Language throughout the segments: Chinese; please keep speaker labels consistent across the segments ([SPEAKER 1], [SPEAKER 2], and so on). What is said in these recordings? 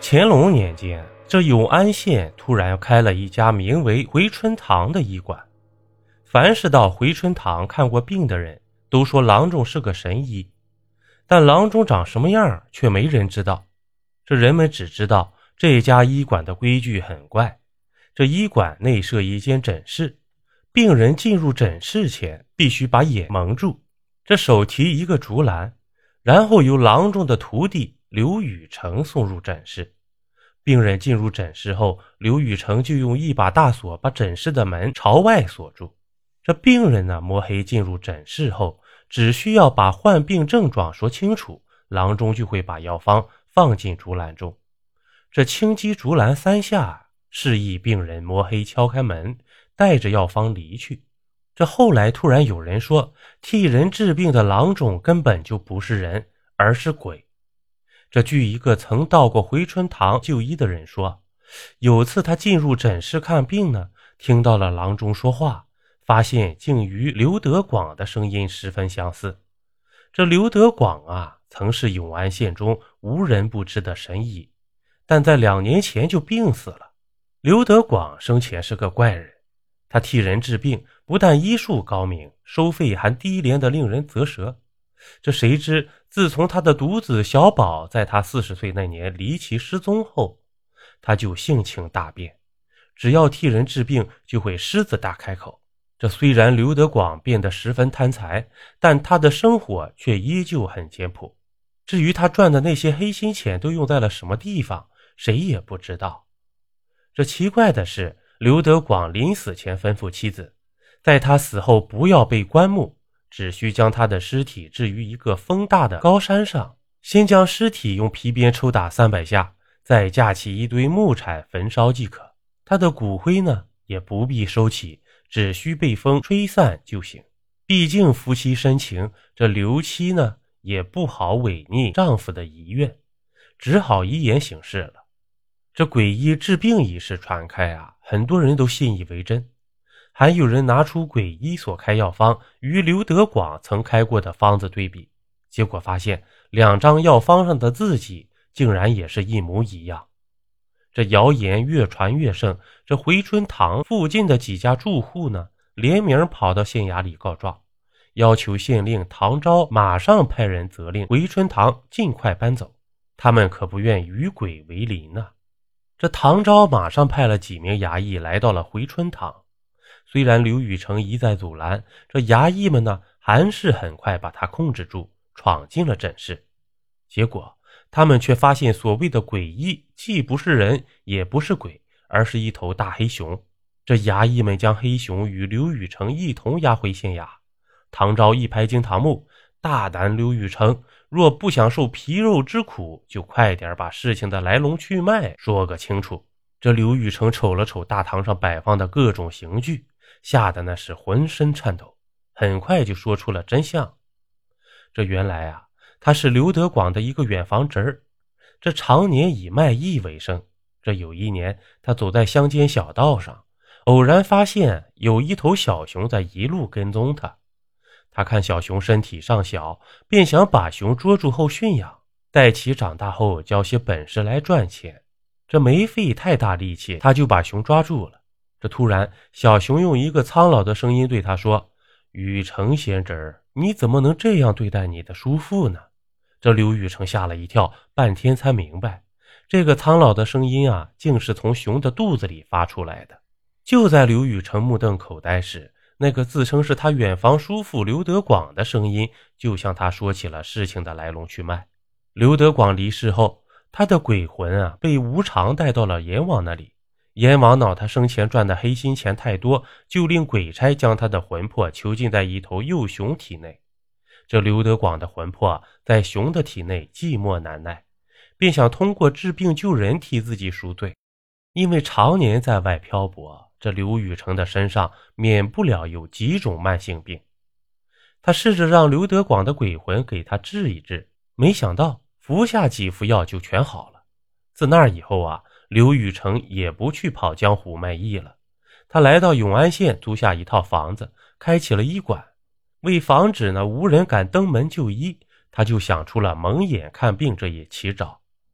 [SPEAKER 1] 乾隆年间，这永安县突然开了一家名为回春堂的医馆。凡是到回春堂看过病的人都说郎中是个神医，但郎中长什么样却没人知道。这人们只知道这家医馆的规矩很怪，这医馆内设一间诊室，病人进入诊室前必须把眼蒙住，这手提一个竹篮，然后由郎中的徒弟刘宇成送入诊室。病人进入诊室后，刘宇成就用一把大锁把诊室的门朝外锁住。这病人呢，摸黑进入诊室后，只需要把患病症状说清楚，郎中就会把药方放进竹篮中。这轻击竹篮3下，示意病人摸黑敲开门，带着药方离去。这后来突然有人说，替人治病的郎中根本就不是人，而是鬼。这据一个曾到过回春堂就医的人说，有次他进入诊室看病呢，听到了郎中说话，发现竟与刘德广的声音十分相似。这刘德广啊，曾是永安县中无人不知的神医，但在2年前就病死了。刘德广生前是个怪人，他替人治病，不但医术高明，收费还低廉的令人啧舌。这谁知自从他的独子小宝在他40岁那年离奇失踪后，他就性情大变，只要替人治病就会狮子大开口。这虽然刘德广变得十分贪财，但他的生活却依旧很简朴。至于他赚的那些黑心钱都用在了什么地方，谁也不知道。这奇怪的是，刘德广临死前吩咐妻子，在他死后不要被棺木，只需将他的尸体置于一个风大的高山上，先将尸体用皮鞭抽打300下，再架起一堆木柴焚烧即可。他的骨灰呢，也不必收起，只需被风吹散就行。毕竟夫妻深情，这刘妻呢也不好违逆丈夫的遗愿，只好依言行事了。这诡医治病一事传开啊，很多人都信以为真，还有人拿出诡医所开药方与刘德广曾开过的方子对比，结果发现2张药方上的字迹竟然也是一模一样。这谣言越传越盛，这回春堂附近的几家住户呢，联名跑到县衙里告状，要求县令唐昭马上派人责令回春堂尽快搬走，他们可不愿与鬼为邻呢。这唐昭马上派了几名衙役来到了回春堂，虽然刘宇成一再阻拦，这衙役们呢，还是很快把他控制住，闯进了诊室。结果他们却发现所谓的诡医既不是人也不是鬼，而是一头大黑熊。这衙役们将黑熊与刘宇成一同押回县衙。唐昭一拍惊堂木，大胆刘宇成，若不想受皮肉之苦，就快点把事情的来龙去脉说个清楚。这刘宇成瞅了瞅大堂上摆放的各种刑具，吓得那是浑身颤抖，很快就说出了真相。这原来啊，他是刘德广的一个远房侄儿，这常年以卖艺为生。这有一年，他走在乡间小道上，偶然发现有一头小熊在一路跟踪他。他看小熊身体尚小，便想把熊捉住后驯养，待其长大后教些本事来赚钱。这没费太大力气，他就把熊抓住了。这突然，小熊用一个苍老的声音对他说：“宇成贤侄儿，你怎么能这样对待你的叔父呢？”这刘宇成吓了一跳，半天才明白，这个苍老的声音啊，竟是从熊的肚子里发出来的。就在刘宇成目瞪口呆时，那个自称是他远房叔父刘德广的声音就向他说起了事情的来龙去脉。刘德广离世后，他的鬼魂啊被无常带到了阎王那里，阎王恼他生前赚的黑心钱太多，就令鬼差将他的魂魄囚禁在一头幼熊体内。这刘德广的魂魄在熊的体内寂寞难耐，便想通过治病救人替自己赎罪。因为常年在外漂泊，这刘宇成的身上免不了有几种慢性病。他试着让刘德广的鬼魂给他治一治，没想到服下几副药就全好了。自那以后啊，刘宇成也不去跑江湖卖艺了，他来到永安县租下一套房子，开起了医馆。为防止呢无人敢登门就医，他就想出了蒙眼看病这一奇招。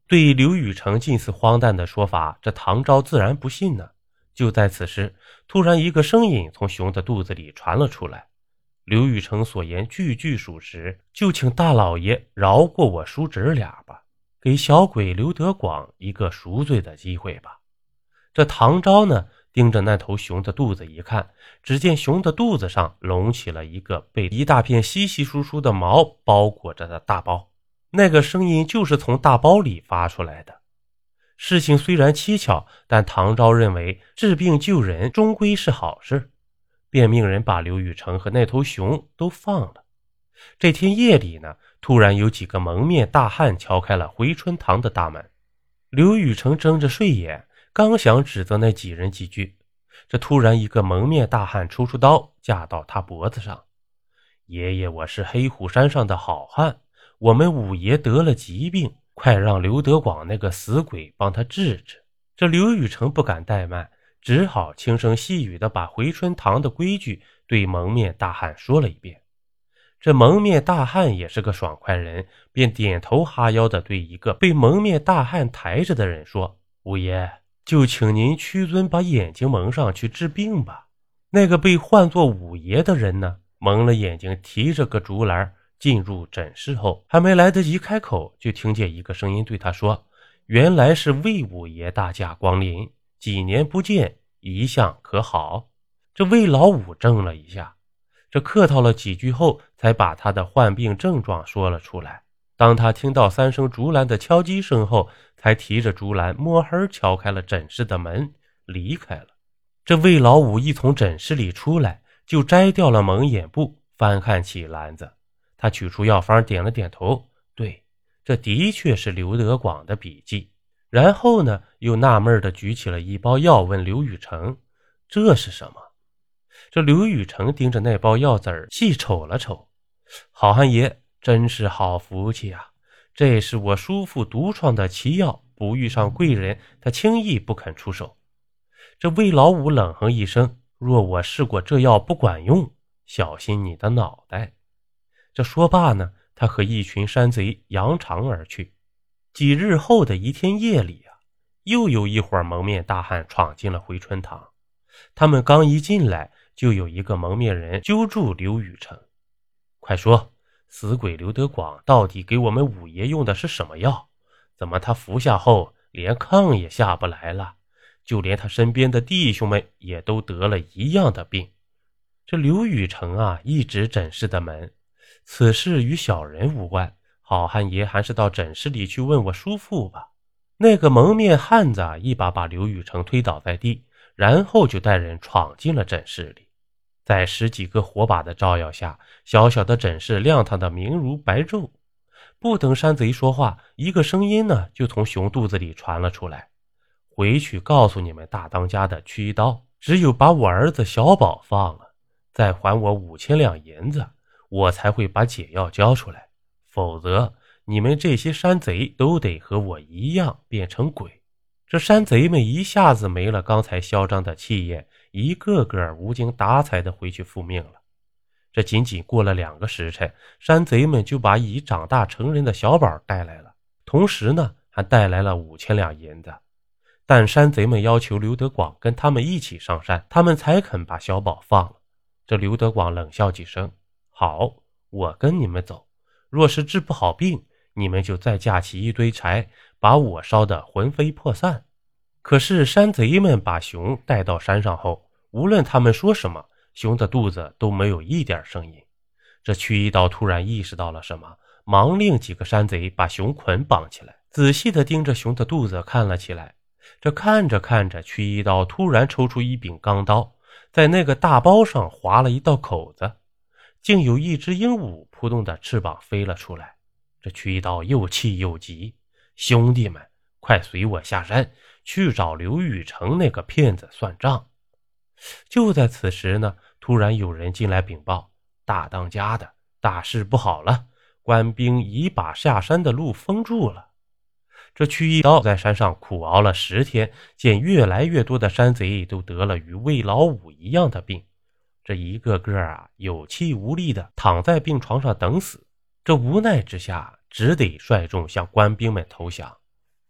[SPEAKER 1] 对刘宇成近似荒诞的说法，这唐昭自然不信呢。就在此时，突然一个声音从熊的肚子里传了出来，刘宇成所言句句属实，就请大老爷饶过我叔侄俩吧，给小鬼刘德广一个赎罪的机会吧。这唐昭呢，盯着那头熊的肚子一看，只见熊的肚子上隆起了一个被一大片稀稀疏疏的毛包裹着的大包，那个声音就是从大包里发出来的。事情虽然蹊跷，但唐昭认为治病救人终归是好事，便命人把刘宇成和那头熊都放了。这天夜里呢，突然有几个蒙面大汉敲开了回春堂的大门。刘宇成睁着睡眼，刚想指责那几人几句，这突然一个蒙面大汉抽出刀架到他脖子上。爷爷，我是黑虎山上的好汉，我们五爷得了疾病，快让刘德广那个死鬼帮他治治。这刘宇成不敢怠慢，只好轻声细语地把回春堂的规矩对蒙面大汉说了一遍。这蒙面大汉也是个爽快人，便点头哈腰地对一个被蒙面大汉抬着的人说：五爷，就请您屈尊把眼睛蒙上去治病吧。那个被唤作五爷的人呢，蒙了眼睛，提着个竹篮进入诊室后，还没来得及开口，就听见一个声音对他说：原来是魏五爷大驾光临，几年不见，一向可好？这魏老五怔了一下，这客套了几句后，才把他的患病症状说了出来。当他听到3声竹篮的敲击声后，才提着竹篮摸黑敲开了诊室的门，离开了。这魏老五一从诊室里出来，就摘掉了蒙眼布，翻看起篮子。他取出药方，点了点头，对，这的确是刘德广的笔记。然后呢，又纳闷地举起了一包药，问刘宇成：这是什么？这刘宇成盯着那包药子细瞅了瞅，好汉爷真是好福气啊，这是我叔父独创的奇药，不遇上贵人，他轻易不肯出手。这魏老五冷哼一声：若我试过这药不管用，小心你的脑袋。这说罢呢，他和一群山贼扬长而去。几日后的一天夜里啊，又有一伙蒙面大汉闯进了回春堂。他们刚一进来，就有一个蒙面人揪住刘宇成：快说，死鬼刘德广到底给我们五爷用的是什么药？怎么他服下后连炕也下不来了？就连他身边的弟兄们也都得了一样的病。这刘宇成啊，一指诊室的门：此事与小人无关，好汉爷还是到诊室里去问我叔父吧。那个蒙面汉子一把把刘宇成推倒在地，然后就带人闯进了诊室里。在10几个火把的照耀下，小小的诊室亮堂的明如白昼。不等山贼说话，一个声音呢就从熊肚子里传了出来：回去告诉你们大当家的屈一刀，只有把我儿子小宝放了，再还我5000两银子，我才会把解药交出来，否则你们这些山贼都得和我一样变成鬼。这山贼们一下子没了刚才嚣张的气焰，一个个无精打采地回去复命了。这仅仅过了2个时辰，山贼们就把已长大成人的小宝带来了，同时呢还带来了5000两银子。但山贼们要求刘德广跟他们一起上山，他们才肯把小宝放了。这刘德广冷笑几声：好，我跟你们走，若是治不好病，你们就再架起一堆柴，把我烧得魂飞魄散。可是山贼们把熊带到山上后，无论他们说什么，熊的肚子都没有一点声音。这屈一刀突然意识到了什么，忙令几个山贼把熊捆绑起来，仔细地盯着熊的肚子看了起来。这看着看着，屈一刀突然抽出一柄钢刀，在那个大包上划了一道口子，竟有一只鹦鹉扑动的翅膀飞了出来。这屈一刀又气又急：兄弟们，快随我下山，去找刘宇成那个骗子算账。就在此时呢，突然有人进来禀报：大当家的，大事不好了，官兵已把下山的路封住了。这屈一刀在山上苦熬了10天，见越来越多的山贼都得了与魏老五一样的病，这一个个有气无力的躺在病床上等死。这无奈之下，只得率众向官兵们投降。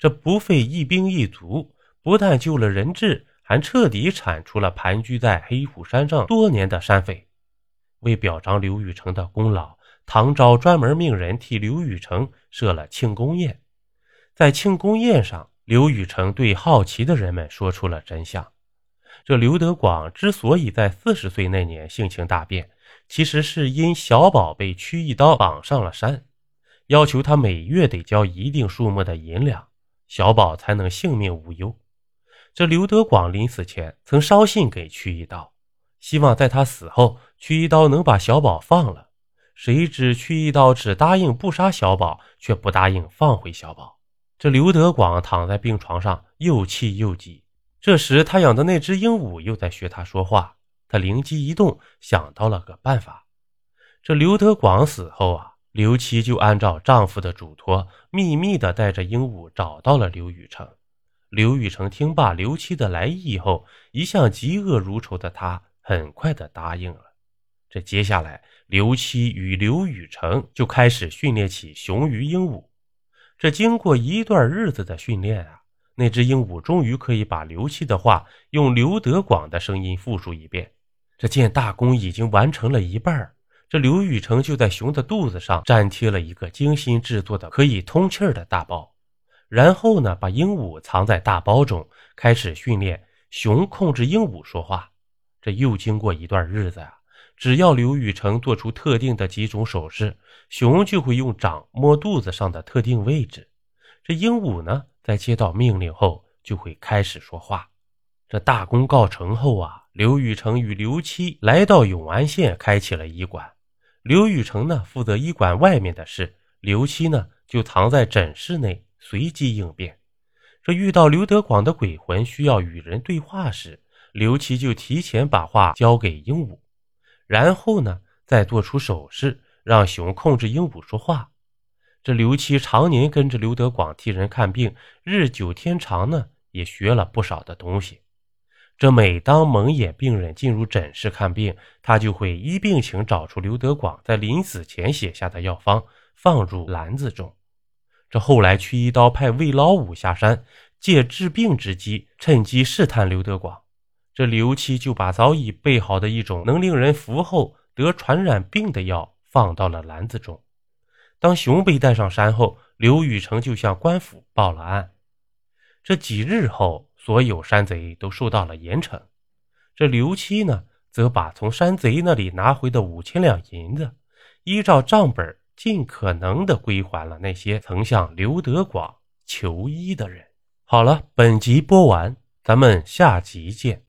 [SPEAKER 1] 这不费一兵一卒，不但救了人质，还彻底铲除了盘踞在黑虎山上多年的山匪。为表彰刘禹成的功劳，唐昭专门命人替刘禹成设了庆功宴。在庆功宴上，刘禹成对好奇的人们说出了真相。这刘德广之所以在40岁那年性情大变，其实是因小宝被屈一刀绑上了山，要求他每月得交一定数目的银两，小宝才能性命无忧。这刘德广临死前曾捎信给屈一刀，希望在他死后，屈一刀能把小宝放了。谁知屈一刀只答应不杀小宝，却不答应放回小宝。这刘德广躺在病床上，又气又急。这时他养的那只鹦鹉又在学他说话，他灵机一动，想到了个办法。这刘德广死后刘七就按照丈夫的嘱托，秘密地带着鹦鹉找到了刘禹成。刘禹成听罢刘七的来意后，一向嫉恶如仇的他很快地答应了。这接下来刘七与刘禹成就开始训练起雄鱼鹦鹉。这经过一段日子的训练那只鹦鹉终于可以把刘七的话用刘德广的声音复述一遍。这件大功已经完成了一半，这刘禹成就在熊的肚子上粘贴了一个精心制作的可以通气儿的大包，然后呢，把鹦鹉藏在大包中，开始训练熊控制鹦鹉说话。这又经过一段日子只要刘禹成做出特定的几种手势，熊就会用掌摸肚子上的特定位置。这鹦鹉呢，在接到命令后就会开始说话。这大功告成后刘禹成与刘七来到永安县开启了医馆。刘禹成呢，负责医馆外面的事，刘七呢就藏在诊室内随机应变。这遇到刘德广的鬼魂需要与人对话时，刘七就提前把话交给鹦鹉，然后呢再做出手势，让熊控制鹦鹉说话。这刘七常年跟着刘德广替人看病，日久天长呢，也学了不少的东西。这每当蒙眼病人进入诊室看病，他就会依病情找出刘德广在临死前写下的药方，放入篮子中。这后来屈一刀派魏老五下山，借治病之机，趁机试探刘德广。这刘七就把早已备好的一种能令人服后得传染病的药放到了篮子中。当熊被带上山后，刘禹成就向官府报了案。这几日后，所有山贼都受到了严惩。这刘七呢，则把从山贼那里拿回的5000两银子，依照账本尽可能地归还了那些曾向刘德广求医的人。好了，本集播完，咱们下集见。